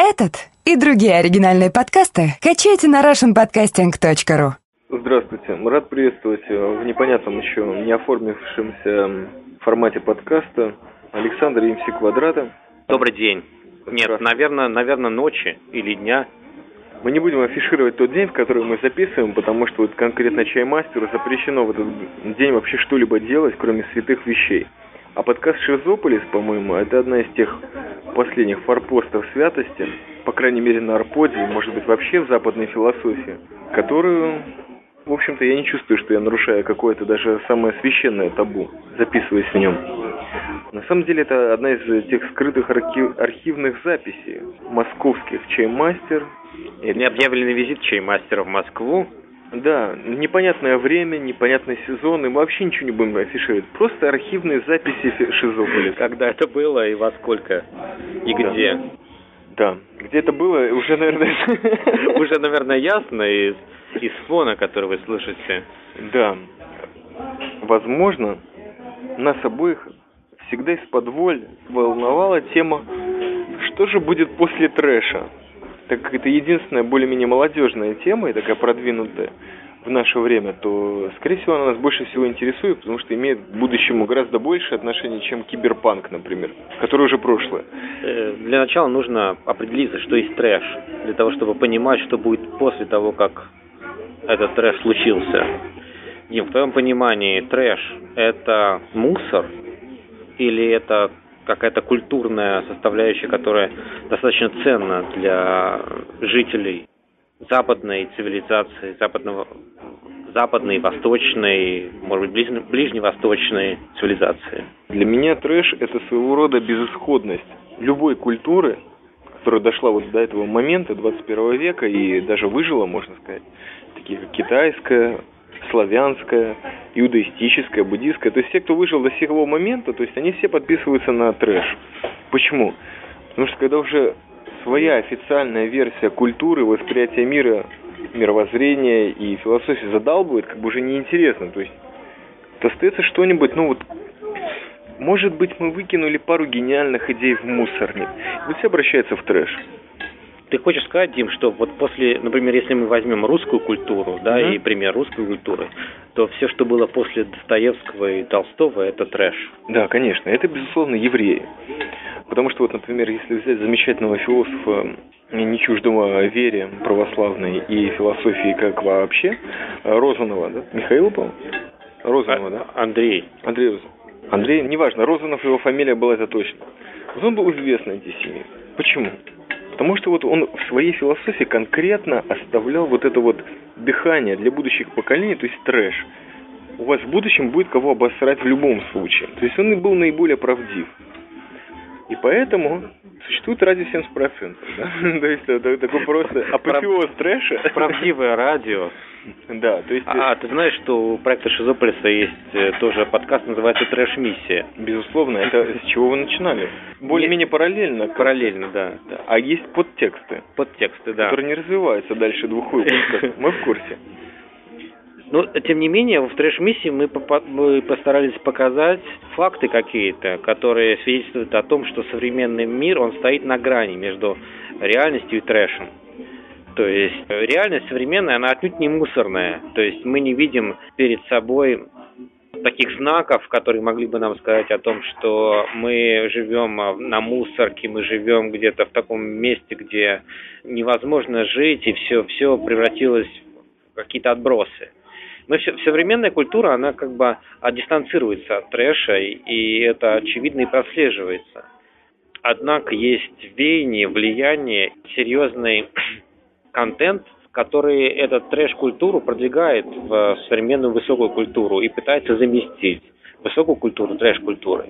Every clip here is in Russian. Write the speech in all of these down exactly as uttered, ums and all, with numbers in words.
Этот и другие оригинальные подкасты качайте на рашн подкастинг точка ру. Здравствуйте. Рад приветствовать в непонятном еще не оформившемся формате подкаста Александра и эм си Квадрата. Добрый день. Нет, наверное, наверное, ночи или дня. Мы не будем афишировать тот день, в который мы записываем, потому что вот конкретно чаймастеру запрещено в этот день вообще что-либо делать, кроме святых вещей. А подкаст «Шизополис», по-моему, это одна из тех последних форпостов святости, по крайней мере на Арподе, может быть вообще в западной философии, которую, в общем-то, я не чувствую, что я нарушаю какое-то даже самое священное табу, записываясь в нем. На самом деле это одна из тех скрытых архив, архивных записей московских «Чаймастер». Необъявленный визит чаймастера в Москву. Да, непонятное время, непонятный сезон, и мы вообще ничего не будем афишировать. Просто архивные записи «Шизополис». Когда это было и во сколько? И да. где? Да, где это было, уже, наверное... Уже, наверное, ясно из, из фона, который вы слышите. Да. Возможно, нас обоих всегда из-под волновала тема, что же будет после трэша. Так как это единственная более-менее молодежная тема и такая продвинутая в наше время, то, скорее всего, она нас больше всего интересует, потому что имеет к будущему гораздо больше отношения, чем киберпанк, например, который уже прошлое. Для начала нужно определиться, что есть трэш, для того, чтобы понимать, что будет после того, как этот трэш случился. Дим, в твоем понимании трэш – это мусор или это какая-то культурная составляющая, которая достаточно ценна для жителей западной цивилизации, западного, западной, восточной, может быть, ближ, ближневосточной цивилизации? Для меня трэш – это своего рода безысходность любой культуры, которая дошла вот до этого момента двадцать первого века и даже выжила, можно сказать, такие как китайская, славянская, иудаистическая, буддийская. То есть все, кто выжил до сего момента, то есть они все подписываются на трэш. Почему? Потому что когда уже своя официальная версия культуры, восприятия мира, мировоззрения и философии задалбывает, как бы уже неинтересно. То есть остается что-нибудь, ну вот, может быть, мы выкинули пару гениальных идей в мусорник. И вот все обращаются в трэш. Ты хочешь сказать, Дим, что вот после, например, если мы возьмем русскую культуру, да, Mm-hmm. и пример русской культуры, то все, что было после Достоевского и Толстого, это трэш? Да, конечно, это, безусловно, евреи. Потому что, вот, например, если взять замечательного философа, не чуждого вере православной и философии как вообще, Розанова, да? Михаила, по-моему? Розанова, а, да? Андрей. Андрей Розанов. Андрей, неважно, Розанов, его фамилия была, это точно. Вот он был известный антисемит. Почему? Потому что вот он в своей философии конкретно оставлял вот это вот дыхание для будущих поколений, то есть трэш. У вас в будущем будет кого обосрать в любом случае. То есть он и был наиболее правдив. И поэтому существует радио семьдесят процентов. Да? То есть это такой просто апофеоз трэша. Правдивое радио. Да, то есть... А, а ты знаешь, что у проекта «Шизополиса» есть тоже подкаст, называется «Трэш-миссия». Безусловно, это с чего вы начинали? Более-менее параллельно. Параллельно, да, да. А есть подтексты. Подтексты, да. Которые не развиваются дальше двух выпусков. Мы в курсе. Но, тем не менее, в трэш-миссии мы, мы постарались показать факты какие-то, которые свидетельствуют о том, что современный мир, он стоит на грани между реальностью и трэшем. То есть реальность современная, она отнюдь не мусорная. То есть мы не видим перед собой таких знаков, которые могли бы нам сказать о том, что мы живем на мусорке, мы живем где-то в таком месте, где невозможно жить, и все, все превратилось в какие-то отбросы. Мы все, современная культура, она как бы дистанцируется от трэша, и это очевидно и прослеживается. Однако есть веяние, влияние, серьезный контент, который этот трэш-культуру продвигает в современную высокую культуру и пытается заместить высокую культуру трэш-культурой.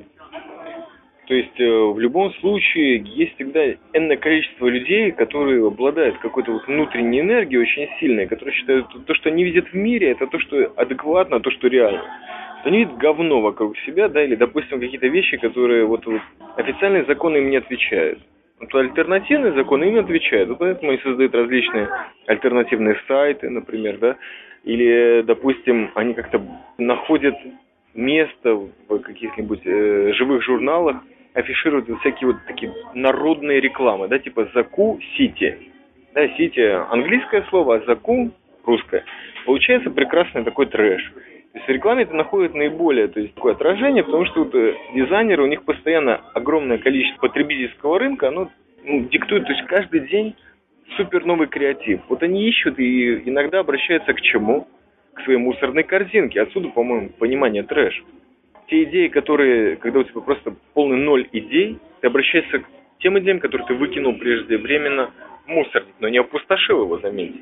То есть в любом случае есть всегда энное количество людей, которые обладают какой-то вот внутренней энергией очень сильной, которые считают, то, что они видят в мире, это то, что адекватно, то, что реально. Они видят говно вокруг себя, да, или, допустим, какие-то вещи, которые вот, вот официальные законы им не отвечают. Вот альтернативные законы им отвечают, вот поэтому они создают различные альтернативные сайты, например, да, или, допустим, они как-то находят место в каких-нибудь э, живых журналах, афишируют вот всякие вот такие народные рекламы, да, типа «Заку Сити». Да, «Сити» английское слово, а «Заку» русское. Получается прекрасный такой трэш. То есть в рекламе это находит наиболее, то есть, такое отражение, потому что вот дизайнеры, у них постоянно огромное количество потребительского рынка, оно ну, диктует, то есть каждый день супер новый креатив. Вот они ищут и иногда обращаются к чему? К своей мусорной корзинке. Отсюда, по-моему, понимание трэш. Те идеи, которые, когда у тебя просто полный ноль идей, ты обращаешься к тем идеям, которые ты выкинул преждевременно в мусорник, но не опустошил его, заметьте.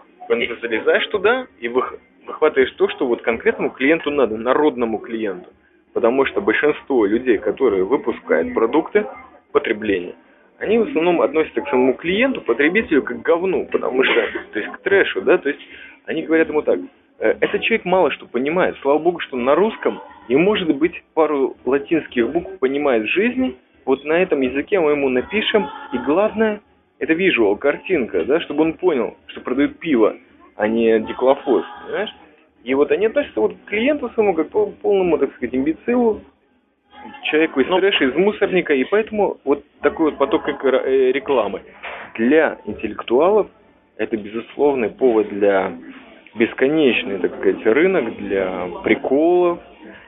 Ты залезаешь туда и выхватываешь то, что вот конкретному клиенту надо, народному клиенту. Потому что большинство людей, которые выпускают продукты потребления, они в основном относятся к самому клиенту, потребителю, как к говну, потому что, то есть к трэшу, да, то есть они говорят ему так: этот человек мало что понимает, слава богу, что на русском не может быть пару латинских букв понимает в жизни, вот на этом языке мы ему напишем, и главное, это визуал, картинка, да, чтобы он понял, что продают пиво, а не диклофос, понимаешь? И вот они относятся вот к клиенту своему, как к полному, так сказать, имбецилу, человеку из трэша, из мусорника, и поэтому вот такой вот поток рекламы. Для интеллектуалов это безусловный повод для бесконечный, так сказать, рынок, для приколов,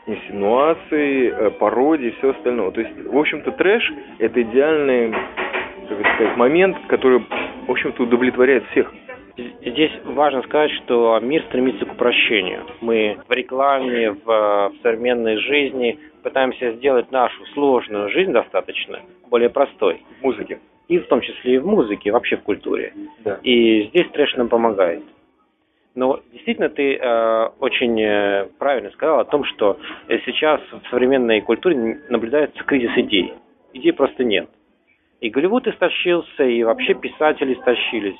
инсинуаций, пародий и все остальное. То есть, в общем-то, трэш – это идеальный, так сказать, момент, который, в общем-то, удовлетворяет всех. Здесь важно сказать, что мир стремится к упрощению. Мы в рекламе, в, в современной жизни пытаемся сделать нашу сложную жизнь достаточно более простой. В музыке. И в том числе и в музыке, вообще в культуре. Да. И здесь трэш нам помогает. Но действительно ты э, очень э, правильно сказал о том, что сейчас в современной культуре наблюдается кризис идей. Идей просто нет. И Голливуд истощился, и вообще писатели истощились.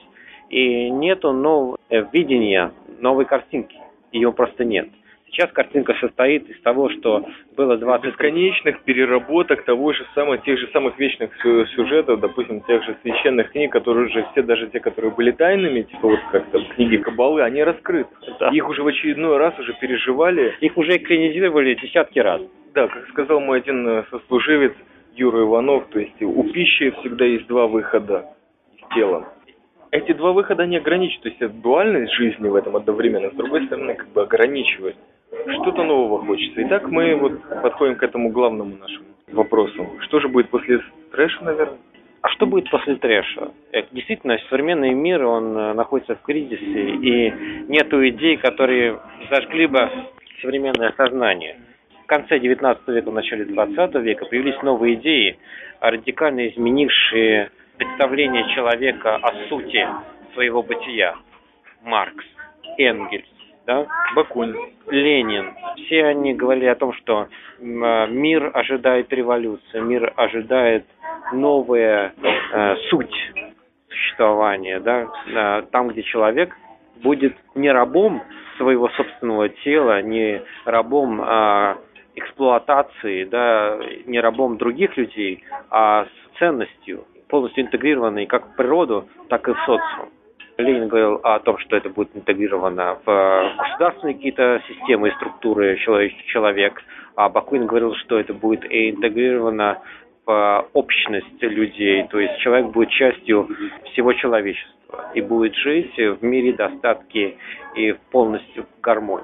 И нету нового видения, новой картинки. Ее просто нет. Сейчас картинка состоит из того, что было двадцать... бесконечных переработок того же самого, тех же самых вечных сюжетов, допустим, тех же священных книг, которые уже все, даже те, которые были тайными, типа вот как там книги Каббалы, они раскрыты. Да. Их уже в очередной раз уже переживали. Их уже экранизировали десятки раз. Да, как сказал мой один сослуживец Юра Иванов, то есть у пищи всегда есть два выхода из тела. Эти два выхода не ограничивают, то есть это дуальность жизни в этом одновременно, с другой стороны, как бы ограничивает. Что-то нового хочется. Итак, мы вот подходим к этому главному нашему вопросу. Что же будет после трэша, наверное? А что будет после трэша? Действительно, современный мир, он находится в кризисе, и нету идей, которые зажгли бы современное сознание. В конце девятнадцатого века, в начале двадцатого века появились новые идеи, радикально изменившие представление человека о сути своего бытия. Маркс, Энгельс, да? Бакунин, Ленин. Все они говорили о том, что мир ожидает революции, мир ожидает новая э, суть существования, да? Там, где человек будет не рабом своего собственного тела, не рабом э, эксплуатации, да? Не рабом других людей, а с ценностью, полностью интегрированный как в природу, так и в социум. Ленин говорил о том, что это будет интегрировано в государственные какие-то системы и структуры человек, а Бакунин говорил, что это будет интегрировано в общность людей, то есть человек будет частью всего человечества и будет жить в мире достатки и полностью в гармонии.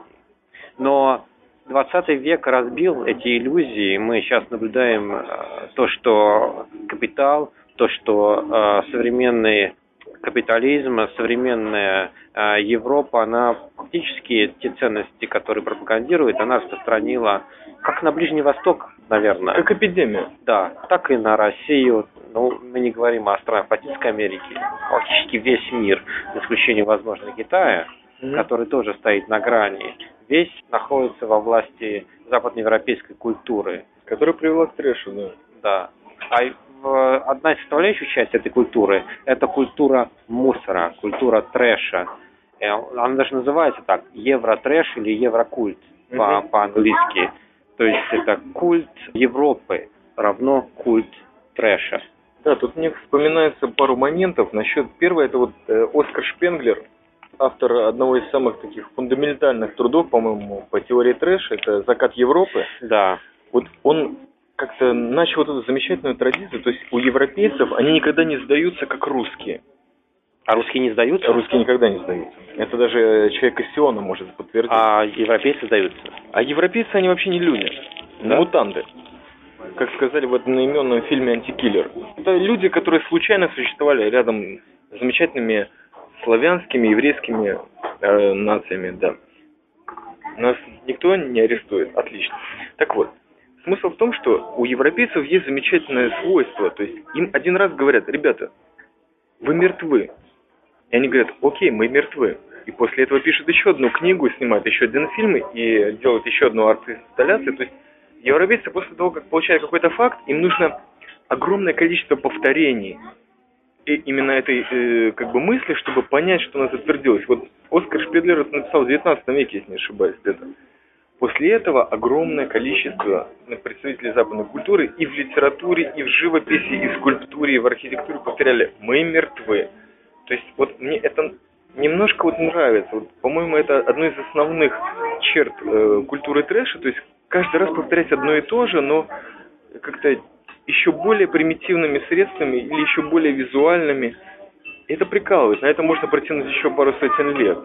Но двадцатый век разбил эти иллюзии, и мы сейчас наблюдаем то, что капитал, то, что э, современный капитализм, современная э, Европа, она фактически те ценности, которые пропагандирует, она распространила как на Ближний Восток, наверное. Как эпидемия. Да, так и на Россию. Ну, мы не говорим о странах Латинской Америки. Фактически весь мир, за исключением, возможно, Китая, mm-hmm. который тоже стоит на грани, весь находится во власти западноевропейской культуры. Которая привела к трэшу, да. Да. А одна из составляющих часть этой культуры – это культура мусора, культура трэша. Она даже называется так – евротрэш или еврокульт mm-hmm. по-английски. То есть это культ Европы равно культ трэша. Да, тут мне вспоминается пару моментов. Насчет первого – это вот э, Оскар Шпенглер, автор одного из самых таких фундаментальных трудов, по-моему, по теории трэша, это «Закат Европы». Да. Вот он как-то начал вот эту замечательную традицию, то есть у европейцев они никогда не сдаются как русские. А русские не сдаются? Русские никогда не сдаются. Это даже человек из Сиона может подтвердить. А европейцы сдаются? А европейцы, они вообще не люди. Да? Мутанты. Как сказали в одноименном фильме «Антикиллер». Это люди, которые случайно существовали рядом с замечательными славянскими, еврейскими э, нациями, да. Нас никто не арестует. Отлично. Так вот, смысл в том, что у европейцев есть замечательное свойство. То есть им один раз говорят: ребята, вы мертвы. И они говорят: окей, мы мертвы. И после этого пишут еще одну книгу, снимают еще один фильм и делают еще одну арт-инсталляцию. То есть европейцы после того, как получают какой-то факт, им нужно огромное количество повторений и именно этой э, как бы мысли, чтобы понять, что она затвердилась. Вот Оскар Шпидлер это написал в девятнадцатом веке, если не ошибаюсь. Это. После этого огромное количество представителей западной культуры и в литературе, и в живописи, и в скульптуре, и в архитектуре повторяли: мы мертвы. То есть вот мне это немножко вот нравится. Вот, по-моему, это одно из основных черт э, культуры трэша. То есть каждый раз повторять одно и то же, но как-то еще более примитивными средствами или еще более визуальными. Это прикалывает. На это можно протянуть еще пару сотен лет.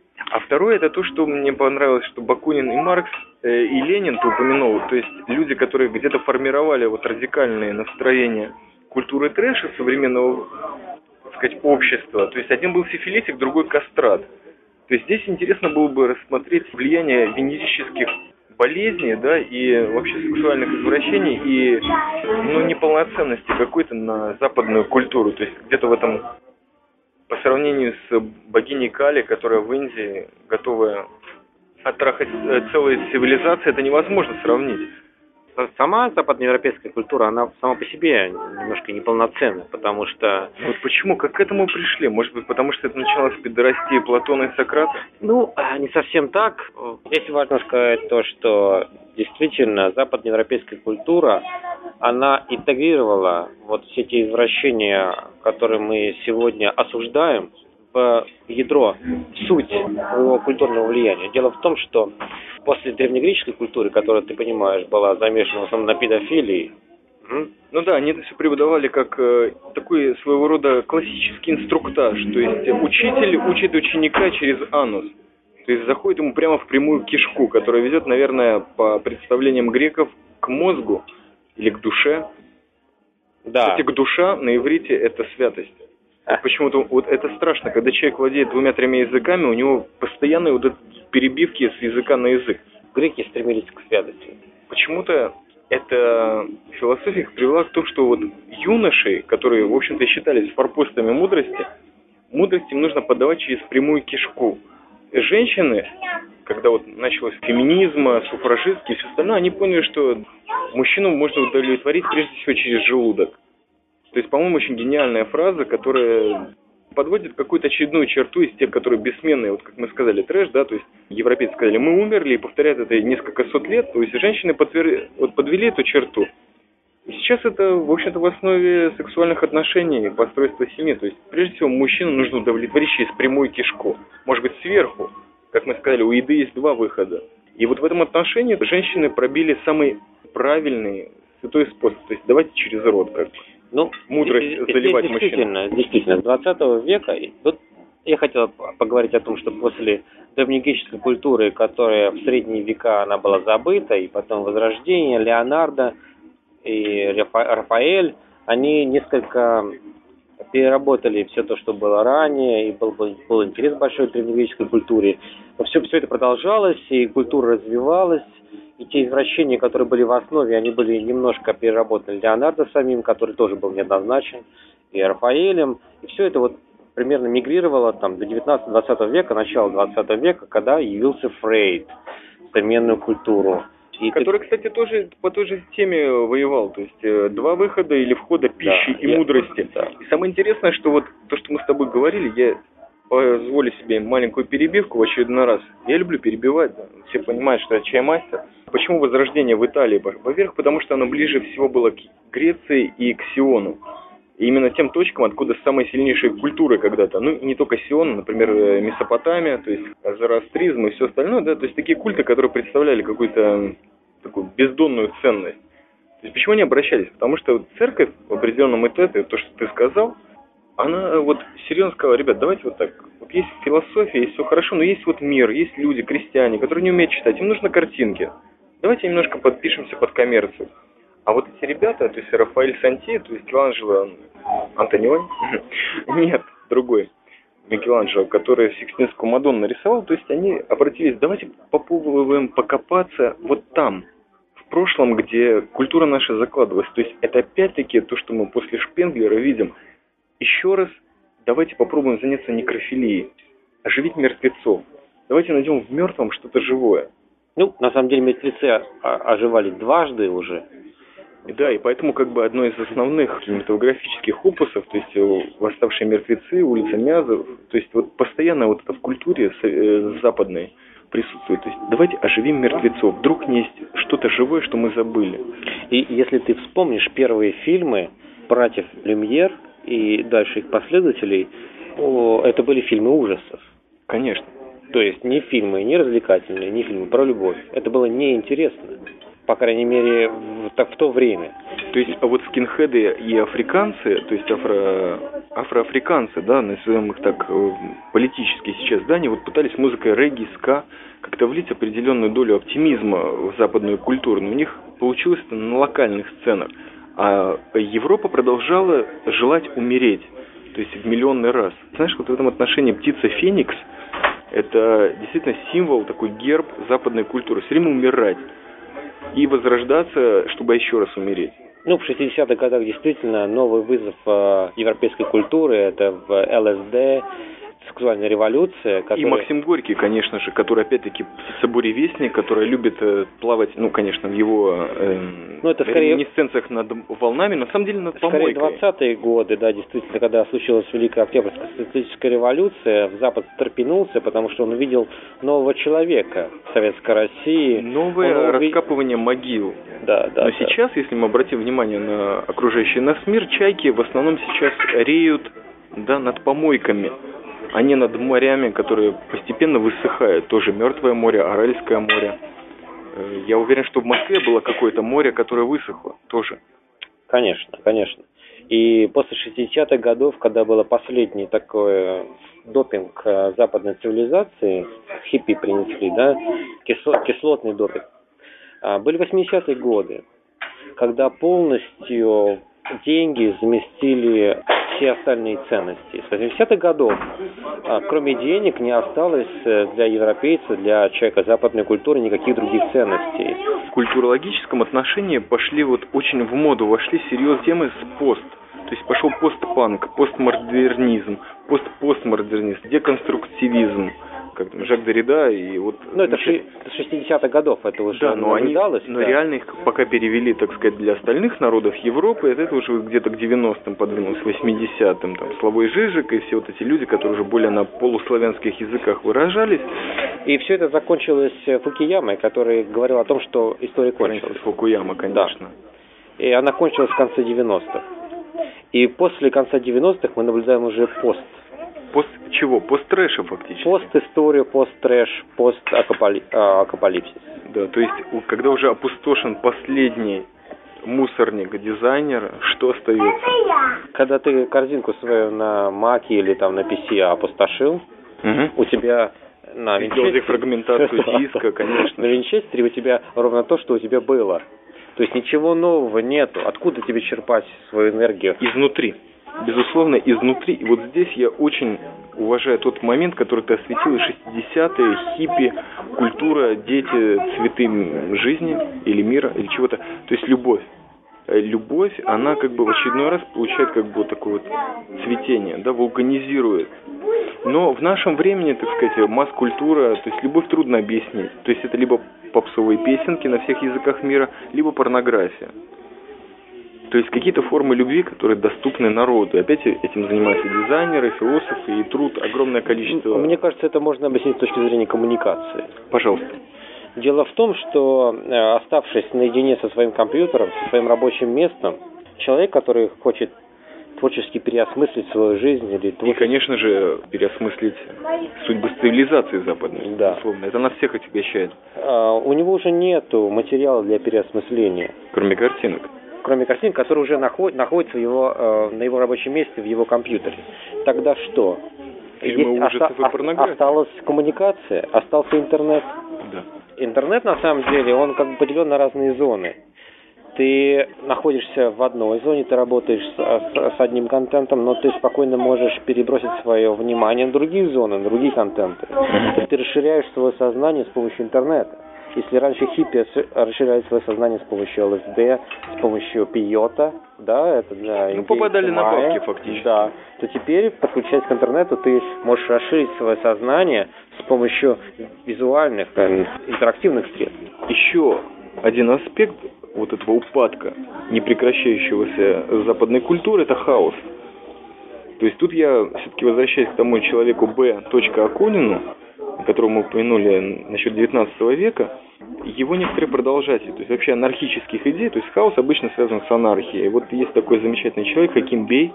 А второе, это то, что мне понравилось, что Бакунин и Маркс, э, и Ленин ты упомянул, то есть люди, которые где-то формировали вот радикальные настроения культуры трэша современного, так сказать, общества. То есть один был сифилитик, другой кастрат. То есть здесь интересно было бы рассмотреть влияние венерических болезней, да, и вообще сексуальных извращений и, ну, неполноценности какой-то на западную культуру. То есть где-то в этом, по сравнению с богиней Кали, которая в Индии готовая оттрахать целые цивилизации, это невозможно сравнить. Сама западноевропейская культура, она сама по себе немножко неполноценна, потому что... Вот почему? Как к этому пришли? Может быть, потому что это началось с педерастии Платона и Сократа? Ну, не совсем так. Здесь важно сказать то, что действительно западноевропейская культура, она интегрировала вот все те извращения, которые мы сегодня осуждаем, в ядро, в суть его культурного влияния. Дело в том, что после древнегреческой культуры, которая, ты понимаешь, была замешана в основном на педофилии. Ну да, они это все преподавали как э, такой своего рода классический инструктаж. То есть учитель учит ученика через анус. То есть заходит ему прямо в прямую кишку, которая ведет, наверное, по представлениям греков, к мозгу или к душе. Да. Кстати, к душа на иврите это святость. Вот почему-то вот это страшно, когда человек владеет двумя-тремя языками, у него постоянные вот эти перебивки с языка на язык. Греки стремились к святости. Почему-то эта философия привела к тому, что вот юноши, которые, в общем-то, считались форпостами мудрости, мудрость им нужно подавать через прямую кишку. Женщины, когда вот началось феминизм, суфражистки и все остальное, они поняли, что мужчину можно удовлетворить прежде всего через желудок. То есть, по-моему, очень гениальная фраза, которая подводит какую-то очередную черту из тех, которые бессменные, вот как мы сказали, трэш, да, то есть европейцы сказали: мы умерли, и повторяют это несколько сот лет, то есть женщины подвер... вот подвели эту черту. И сейчас это, в общем-то, в основе сексуальных отношений, постройства семьи, то есть, прежде всего, мужчину нужно удовлетворить через прямую кишку, может быть, сверху, как мы сказали, у еды есть два выхода. И вот в этом отношении женщины пробили самый правильный, святой способ, то есть давайте через рот, как бы. Ну, мудрость здесь, заливать здесь действительно, мужчин. Действительно, с двадцатого века, тут я хотел поговорить о том, что после древнегреческой культуры, которая в средние века она была забыта, и потом Возрождение, Леонардо и Рафаэль, они несколько переработали все то, что было ранее, и был, был, был интерес большой к древнегреческой культуре. Но все, все это продолжалось, и культура развивалась. И те извращения, которые были в основе, они были немножко переработаны Леонардо самим, который тоже был неоднозначен, и Рафаэлем. И все это вот примерно мигрировало там, до девятнадцатого-двадцатого века, начала двадцатого века, когда явился Фрейд в современную культуру. И который, ты... кстати, тоже по той же теме воевал. То есть э, два выхода или входа пищи, да, и я... мудрости. Да. И самое интересное, что вот то, что мы с тобой говорили, я позволю себе маленькую перебивку в очередной раз. Я люблю перебивать, да. Все понимают, что я чаймастер. Почему Возрождение в Италии пошло вверх? Потому что оно ближе всего было к Греции и к Сиону. И именно тем точкам, откуда самые сильнейшие культуры когда-то. Ну, и не только Сион, например, Месопотамия, то есть зороастризм и все остальное, да, то есть такие культы, которые представляли какую-то такую бездонную ценность. То есть почему они обращались? Потому что вот церковь в определенном этапе, то, что ты сказал, она вот серьезно сказала: ребят, давайте вот так. Вот есть философия, есть все хорошо, но есть вот мир, есть люди, крестьяне, которые не умеют читать, им нужны картинки. Давайте немножко подпишемся под коммерцию. А вот эти ребята, то есть Рафаэль Санти, то есть Микеланджело Антониони, нет, другой Микеланджело, который Сикстинскую Мадонну нарисовал, то есть они обратились: давайте попробуем покопаться вот там, в прошлом, где культура наша закладывалась. То есть это опять-таки то, что мы после Шпенглера видим. Еще раз, давайте попробуем заняться некрофилией, оживить мертвецов. Давайте найдем в мертвом что-то живое. Ну, на самом деле, мертвецы оживали дважды уже. Да, и поэтому как бы одно из основных кинематографических опусов, то есть «Восставшие мертвецы», «Улица Мязов», то есть вот постоянно вот это в культуре западной присутствует. То есть давайте оживим мертвецов. Вдруг есть что-то живое, что мы забыли. И если ты вспомнишь первые фильмы братьев Люмьер и дальше их последователей, о, это были фильмы ужасов. Конечно. То есть не фильмы, не развлекательные, не фильмы про любовь. Это было неинтересно. По крайней мере, в, так, в то время. То есть, а вот скинхеды и африканцы, то есть афро, афроафриканцы, да, назовем их так политически сейчас, да, они вот пытались музыкой регги, ска как-то влить определенную долю оптимизма в западную культуру, но у них получилось это на локальных сценах. А Европа продолжала желать умереть, то есть в миллионный раз. Знаешь, вот в этом отношении птица Феникс – это действительно символ, такой герб западной культуры. Все время умирать и возрождаться, чтобы еще раз умереть. Ну, в шестидесятых годах действительно новый вызов э, европейской культуры – это в эл эс дэ, сексуальная революция. Которая... И Максим Горький, конечно же, который опять-таки птица-буревестник, который любит э, плавать, ну, конечно, в его э, ну, это скорее... реминисценциях над волнами, на самом деле над помойкой. Скорее двадцатые годы, да, действительно, когда случилась Великая Октябрьская социалистическая революция, Запад встрепенулся, потому что он увидел нового человека в Советской России. Новое увид... раскапывание могил. Да, да. Но да. сейчас, если мы обратим внимание на окружающий нас мир, чайки в основном сейчас реют, да, над помойками, а не над морями, которые постепенно высыхают. Тоже Мертвое море, Аральское море. Я уверен, что в Москве было какое-то море, которое высохло тоже. Конечно, конечно. И после шестидесятых годов, когда был последний такой допинг западной цивилизации, хиппи принесли, да, кислотный допинг, были восьмидесятые годы, когда полностью деньги заместили все остальные ценности. С восьмидесятых годов, кроме денег, не осталось для европейца, для человека западной культуры никаких других ценностей. В культурологическом отношении пошли вот очень в моду, вошли серьезные темы с пост. То есть пошел постпанк, постмодернизм, постпостмодернизм, деконструктивизм, как там, Жак Деррида и вот... Ну, это с шестидесятых годов это уже да, но наблюдалось. Они, но да. реально их пока перевели, так сказать, для остальных народов Европы, это уже где-то к девяностым подвинулось, восьмидесятым, там, Славой Жижик и все вот эти люди, которые уже более на полуславянских языках выражались. И все это закончилось Фукуямой, который говорил о том, что история кончилась. Фукуяма, конечно. Да. И она кончилась в конце девяностых. И после конца девяностых мы наблюдаем уже пост. Пост чего? Пост-трэша фактически. Пост-историю, пост-трэш, пост-акапалипсис. Да, то есть, когда уже опустошен последний мусорник, дизайнер, что остается? Когда ты корзинку свою на Маке или там на пи си опустошил, угу. у тебя на Винчестере... фрагментацию диска, конечно. На Винчестере у тебя ровно то, что у тебя было. То есть ничего нового нету. Откуда тебе черпать свою энергию? Изнутри. Безусловно, изнутри. И вот здесь я очень уважаю тот момент, который ты осветил, шестидесятые, хиппи, культура, дети, цветы жизни или мира, или чего-то. То есть любовь. Любовь, она как бы в очередной раз получает как бы вот такое вот цветение, да, вулканизирует. Но в нашем времени, так сказать, масс-культура, то есть любовь трудно объяснить. То есть это либо попсовые песенки на всех языках мира, либо порнография. То есть какие-то формы любви, которые доступны народу. И опять этим занимаются дизайнеры, философы, и труд огромное количество. Мне кажется, это можно объяснить с точки зрения коммуникации. Пожалуйста. Дело в том, что оставшись наедине со своим компьютером, со своим рабочим местом, человек, который хочет творчески переосмыслить свою жизнь или творчески... И, конечно же, переосмыслить судьбу цивилизации западной, да. Условно. Это нас всех отягощает. А, у него уже нету материала для переосмысления. Кроме картинок. Кроме картинок, которые уже наход, находятся в его, э, на его рабочем месте, в его компьютере. Тогда что? Фильмы Есть, ужасов оста- и порнография. Осталась коммуникация, остался интернет. Да. Интернет, на самом деле, он как бы поделен на разные зоны. Ты находишься в одной зоне, ты работаешь с, с, с одним контентом, но ты спокойно можешь перебросить свое внимание на другие зоны, на другие контенты. Mm-hmm. Ты расширяешь свое сознание с помощью интернета. Если раньше хиппи расширяли свое сознание с помощью эл эс дэ, с помощью пиота, да, это да, ну, попадали на бабки фактически. Да, то теперь, подключаясь к интернету, ты можешь расширить свое сознание с помощью визуальных, интерактивных средств. Еще один аспект вот этого упадка непрекращающегося западной культуры – это хаос. То есть тут я все-таки возвращаюсь к тому человеку Б. Акунину, которого мы упомянули насчет девятнадцатого века, его некоторые продолжатели, то есть вообще анархических идей, то есть хаос обычно связан с анархией. Вот есть такой замечательный человек Хаким Бей,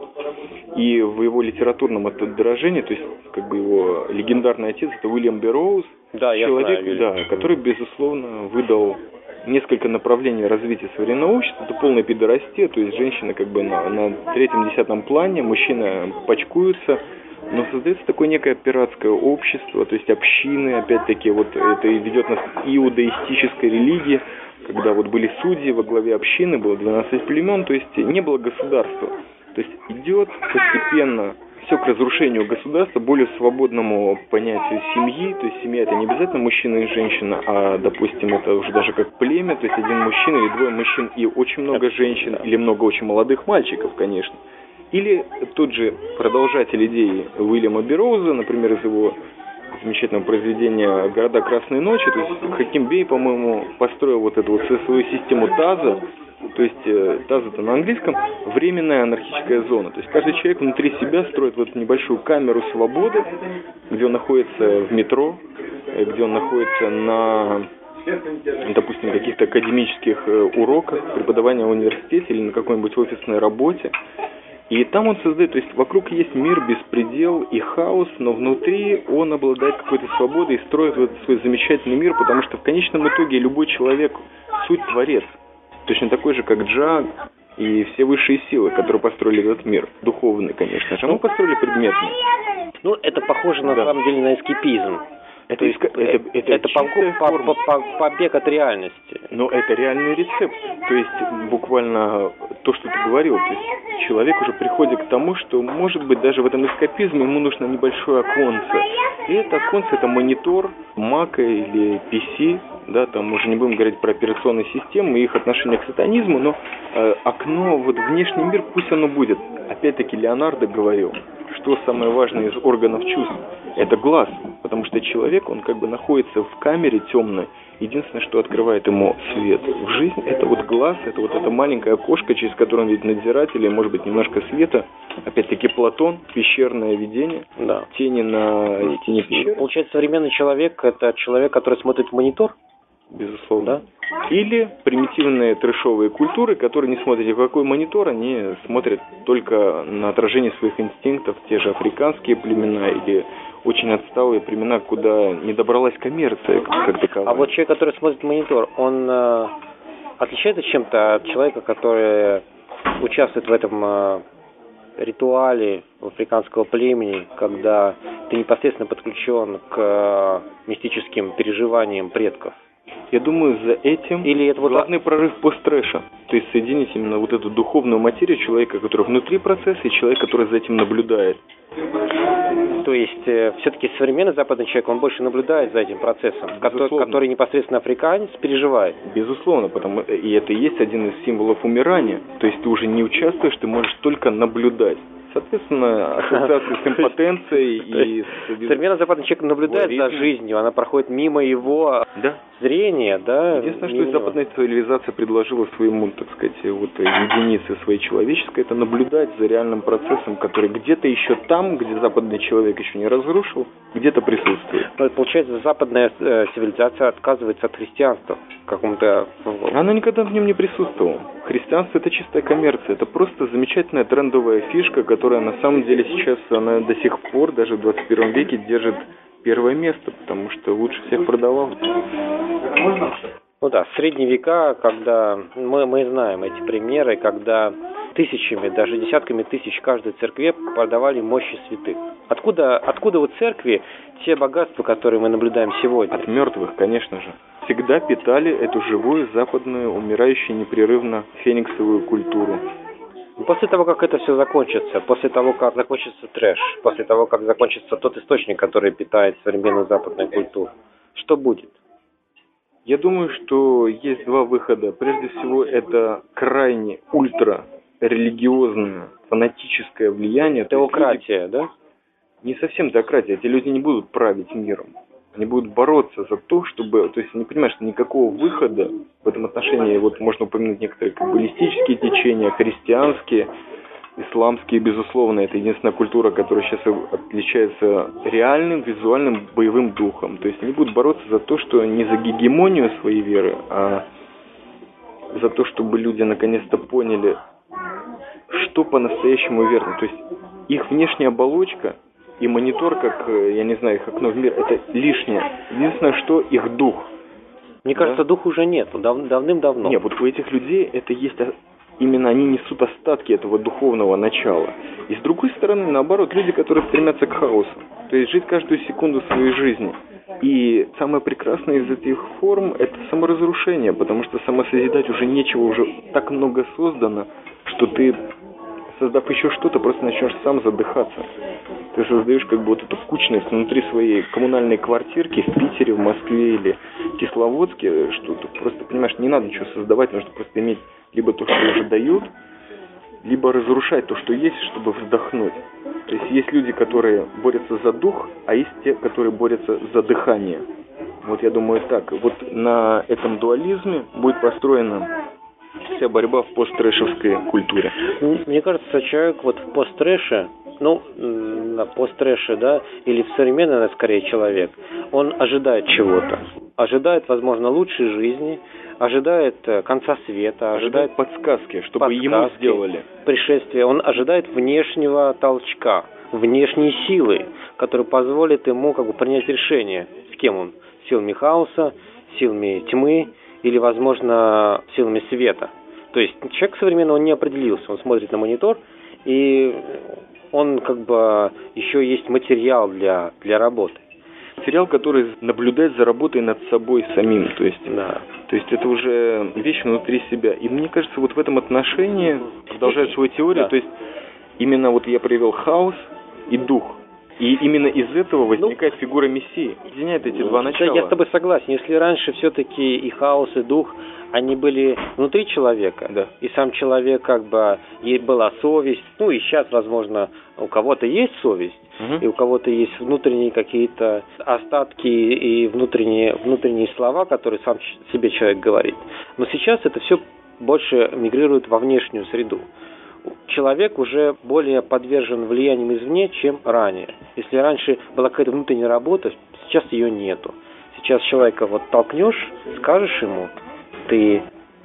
и в его литературном отражении, то есть как бы его легендарный отец, это Уильям Берроуз, да, человек, я знаю, да, который, безусловно, выдал несколько направлений развития современного общества. Это полная пидорастия, то есть женщина как бы на, на третьем-десятом плане, мужчины почкуются, но создается такое некое пиратское общество, то есть общины, опять-таки, вот это ведет нас к иудаистической религии, когда вот были судьи во главе общины, было двенадцать племен, то есть не было государства. То есть идет постепенно все к разрушению государства, более свободному понятию семьи, то есть семья это не обязательно мужчина и женщина, а, допустим, это уже даже как племя, то есть один мужчина или двое мужчин и очень много женщин, или много очень молодых мальчиков, конечно. Или тот же продолжатель идеи Уильяма Берроуза, например, из его замечательного произведения «Города Красной ночи», то есть Хаким Бей, по-моему, построил вот эту вот свою систему ТАЗа, то есть э, ТАЗ это на английском, временная анархическая зона. То есть каждый человек внутри себя строит вот эту небольшую камеру свободы, где он находится в метро, где он находится на, допустим, каких-то академических э, уроках, преподавания в университете или на какой-нибудь офисной работе. И там он создает, то есть вокруг есть мир, беспредел и хаос, но внутри он обладает какой-то свободой и строит вот свой замечательный мир, потому что в конечном итоге любой человек суть творец. Точно такой же, как Джа и все высшие силы, которые построили этот мир. Духовный, конечно же. А мы построили предметный. Ну, это похоже на да. самом деле на эскепизм. Это, то есть, это, это, это, это по, по, по, побег от реальности. Но это реальный рецепт. То есть буквально то, что ты говорил. То есть человек уже приходит к тому, что может быть даже в этом эскапизме ему нужно небольшое оконце. И это оконце это монитор Мака или пи си. Да, там уже не будем говорить про операционные системы и их отношение к сатанизму, но э, окно, вот внешний мир, пусть оно будет. Опять-таки Леонардо говорил, что самое важное из органов чувств – это глаз, потому что человек, он как бы находится в камере темной, единственное, что открывает ему свет в жизнь, это вот глаз, это вот это маленькое окошко, через которое он видит надзирателя, может быть, немножко света, опять-таки Платон, пещерное видение, да. тени на стене пещеры. Получается, современный человек – это человек, который смотрит в монитор? Безусловно. Да? Или примитивные трэшовые культуры, которые не смотрят ни в какой монитор, они смотрят только на отражение своих инстинктов, те же африканские племена или очень отсталые племена, куда не добралась коммерция как таковая. А вот человек, который смотрит в монитор, он э, отличается чем-то от человека, который участвует в этом э, ритуале африканского племени, когда ты непосредственно подключен к э, мистическим переживаниям предков? Я думаю, за этим Или это вот главный прорыв посттрэша. То есть соединить именно вот эту духовную материю человека, который внутри процесса, и человека, который за этим наблюдает. То есть э, все-таки современный западный человек, он больше наблюдает за этим процессом, который, который непосредственно африканец переживает. Безусловно, потому и это и есть один из символов умирания. То есть ты уже не участвуешь, ты можешь только наблюдать. Соответственно, ассоциация с импотенцией и... Современный западный человек наблюдает за жизнью, она проходит мимо его. Да, зрения, да. Единственное, что западная цивилизация предложила своему, так сказать, вот единице своей человеческой, это наблюдать за реальным процессом, который где-то еще там, где западный человек еще не разрушил, где-то присутствует. Получается, западная э, цивилизация отказывается от христианства в каком-то... Она никогда в нем не присутствовала. Христианство — это чистая коммерция, это просто замечательная трендовая фишка, которая на самом деле сейчас, она до сих пор, даже в двадцать первом веке, держит первое место, потому что лучше всех продавалось. Ну да, в средние века, когда мы, мы знаем эти примеры, когда тысячами, даже десятками тысяч каждой церкви продавали мощи святых. Откуда, откуда у церкви те богатства, которые мы наблюдаем сегодня? От мертвых, конечно же. Всегда питали эту живую, западную, умирающую непрерывно фениксовую культуру. После того, как это все закончится, после того, как закончится трэш, после того, как закончится тот источник, который питает современную западную культуру, что будет? Я думаю, что есть два выхода. Прежде всего, это крайне ультрарелигиозное, фанатическое влияние. Теократия, люди... да? Не совсем теократия. Эти люди не будут править миром. Они будут бороться за то, чтобы... То есть они понимают, что никакого выхода в этом отношении, вот можно упомянуть некоторые каббалистические течения, христианские, исламские, безусловно. Это единственная культура, которая сейчас отличается реальным визуальным боевым духом. То есть они будут бороться за то, что не за гегемонию своей веры, а за то, чтобы люди наконец-то поняли, что по-настоящему верно. То есть их внешняя оболочка и монитор, как, я не знаю, их окно в мир, это лишнее. Единственное, что их дух. Мне кажется, да? духа уже нет, дав- давным-давно. Нет, вот у этих людей это есть, именно они несут остатки этого духовного начала. И с другой стороны, наоборот, люди, которые стремятся к хаосу. То есть жить каждую секунду своей жизни. И самое прекрасное из этих форм – это саморазрушение, потому что самосозидать уже нечего, уже так много создано, что ты, создав еще что-то, просто начнешь сам задыхаться. Ты создаешь как бы вот эту кучность внутри своей коммунальной квартирки в Питере, в Москве или Кисловодске, что ты просто понимаешь, не надо ничего создавать, нужно просто иметь либо то, что уже дают, либо разрушать то, что есть, чтобы вздохнуть. То есть есть люди, которые борются за дух, а есть те, которые борются за дыхание. Вот я думаю так. Вот на этом дуализме будет построена вся борьба в посттрэшевской культуре. Мне кажется, человек вот в посттрэше, ну, на посттрэше, да, или в современный, скорее, человек, он ожидает чего-то. Ожидает, возможно, лучшей жизни, ожидает конца света, ожидает, ожидает подсказки, чтобы подсказки, ему сделали. Пришествие. Он ожидает внешнего толчка, внешней силы, которая позволит ему как бы принять решение, с кем он, силами хаоса, силами тьмы или, возможно, силами света. То есть человек современный, он не определился, он смотрит на монитор, и он как бы еще есть материал для, для работы. Материал, который наблюдает за работой над собой самим, то есть, да. то есть это уже вещь внутри себя. И мне кажется, вот в этом отношении, продолжая свою теорию, да. То есть именно вот я привел хаос и дух. И именно из этого возникает ну, фигура Мессии. Объединяет эти ну, два начала. Я с тобой согласен. Если раньше все-таки и хаос, и дух, они были внутри человека, да. И сам человек как бы, ей была совесть, ну и сейчас, возможно, у кого-то есть совесть, угу. И у кого-то есть внутренние какие-то остатки и внутренние, внутренние слова, которые сам себе человек говорит. Но сейчас это все больше мигрирует во внешнюю среду. Человек уже более подвержен влияниям извне, чем ранее. Если раньше была какая-то внутренняя работа, сейчас ее нету. Сейчас человека вот толкнешь, скажешь ему, ты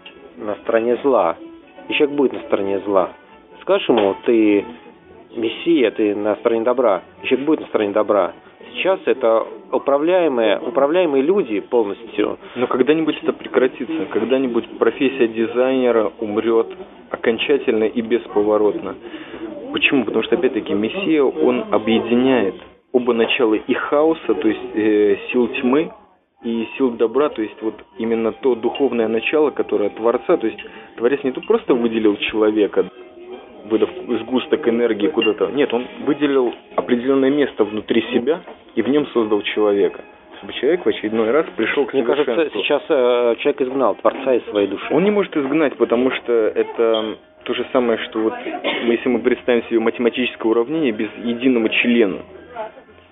на стороне зла, и человек будет на стороне зла. Скажешь ему, ты мессия, ты на стороне добра, и человек будет на стороне добра. Сейчас это управляемые, управляемые люди полностью. Но когда-нибудь это прекратится, когда-нибудь профессия дизайнера умрет окончательно и бесповоротно. Почему? Потому что, опять-таки, Мессия, он объединяет оба начала и хаоса, то есть э, сил тьмы, и сил добра, то есть вот именно то духовное начало, которое Творца, то есть Творец не то просто выделил человека, выдав сгусток энергии куда-то. Нет, он выделил определенное место внутри себя и в нем создал человека. Чтобы человек в очередной раз пришел к совершенству. Мне кажется, сейчас э, человек изгнал Творца из своей души. Он не может изгнать, потому что это то же самое, что вот если мы представим себе математическое уравнение без единого члена.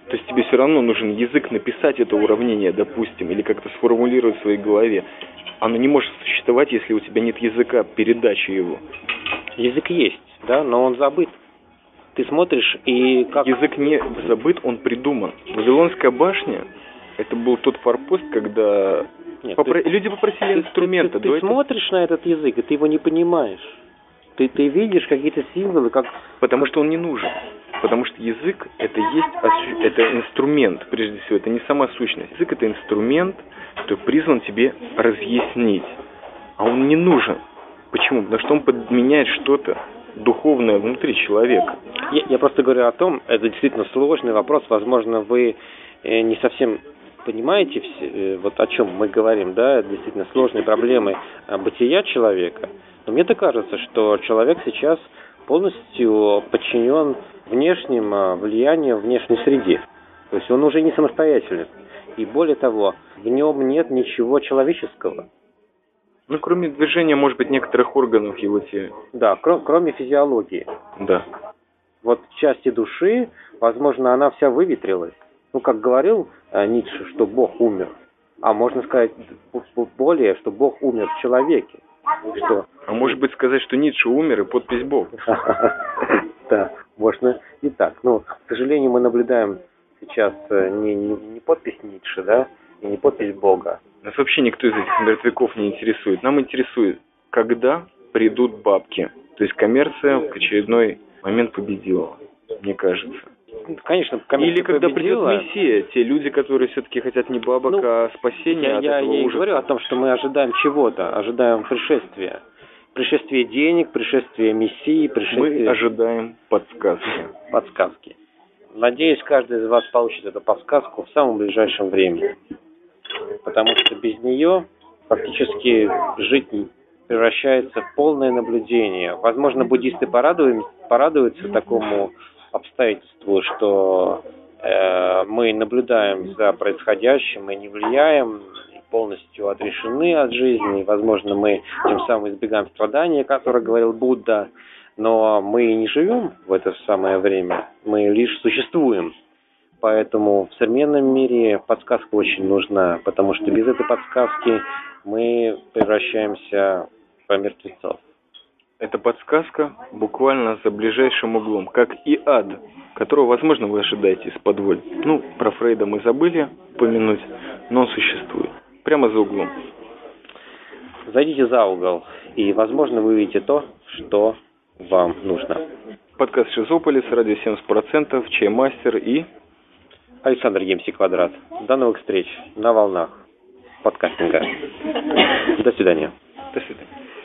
То есть тебе все равно нужен язык написать это уравнение, допустим, или как-то сформулировать в своей голове. Оно не может существовать, если у тебя нет языка передачи его. Язык есть, да, но он забыт. Ты смотришь и как... Язык не забыт, он придуман. Вавилонская башня – это был тот форпост, когда Нет, попро... ты... люди попросили ты, инструмента. Ты, ты, ты смотришь на этот язык, и ты его не понимаешь. Ты, ты видишь какие-то символы, как... Потому что он не нужен. Потому что язык – это есть осу... это инструмент, прежде всего, это не сама сущность. Язык – это инструмент, который призван тебе разъяснить. А он не нужен. Почему? Потому что он подменяет что-то духовное внутри человека. Я, я просто говорю о том, это действительно сложный вопрос. Возможно, вы э, не совсем понимаете, все, э, вот о чем мы говорим, да, это действительно сложные проблемы э, бытия человека. Но мне-то кажется, что человек сейчас полностью подчинен внешним э, влияниям внешней среде. То есть он уже не самостоятельный. И более того, в нем нет ничего человеческого. Ну, кроме движения, может быть, некоторых органов его тела. Да, кр- кроме физиологии. Да. Вот части души, возможно, она вся выветрилась. Ну, как говорил э, Ницше, что Бог умер. А можно сказать более, что Бог умер в человеке. Что... А может быть сказать, что Ницше умер и подпись Бог. Да, можно и так. Но, к сожалению, мы наблюдаем сейчас не, не, не подпись Ницше, да, и не подпись Бога. Нас вообще никто из этих мертвяков не интересует. Нам интересует, когда придут бабки. То есть коммерция в очередной момент победила, мне кажется. Конечно, коммерция Или когда победила. придет Мессия, те люди, которые все-таки хотят не бабок, ну, а спасения я, от я, этого я ужаса. Я говорю о том, что мы ожидаем чего-то, ожидаем пришествия. Пришествие денег, пришествие Мессии, пришествие... Мы ожидаем подсказки. Подсказки. Надеюсь, каждый из вас получит эту подсказку в самом ближайшем времени. Потому что без нее фактически жизнь превращается в полное наблюдение. Возможно, буддисты порадуются, порадуются такому обстоятельству, что э, мы наблюдаем за происходящим, мы не влияем, полностью отрешены от жизни. Возможно, мы тем самым избегаем страдания, о которых говорил Будда, но мы не живем в это самое время, мы лишь существуем. Поэтому в современном мире подсказка очень нужна, потому что без этой подсказки мы превращаемся в мертвецов. Эта подсказка буквально за ближайшим углом, как и ад, которого, возможно, вы ожидаете из-под воль. Ну, про Фрейда мы забыли упомянуть, но он существует. Прямо за углом. Зайдите за угол, и, возможно, вы увидите то, что вам нужно. Подкаст «Шизополис», радио семьдесят процентов, Чаймастер и... Александр Емси Квадрат. До новых встреч на волнах подкастинга. До свидания. До свидания.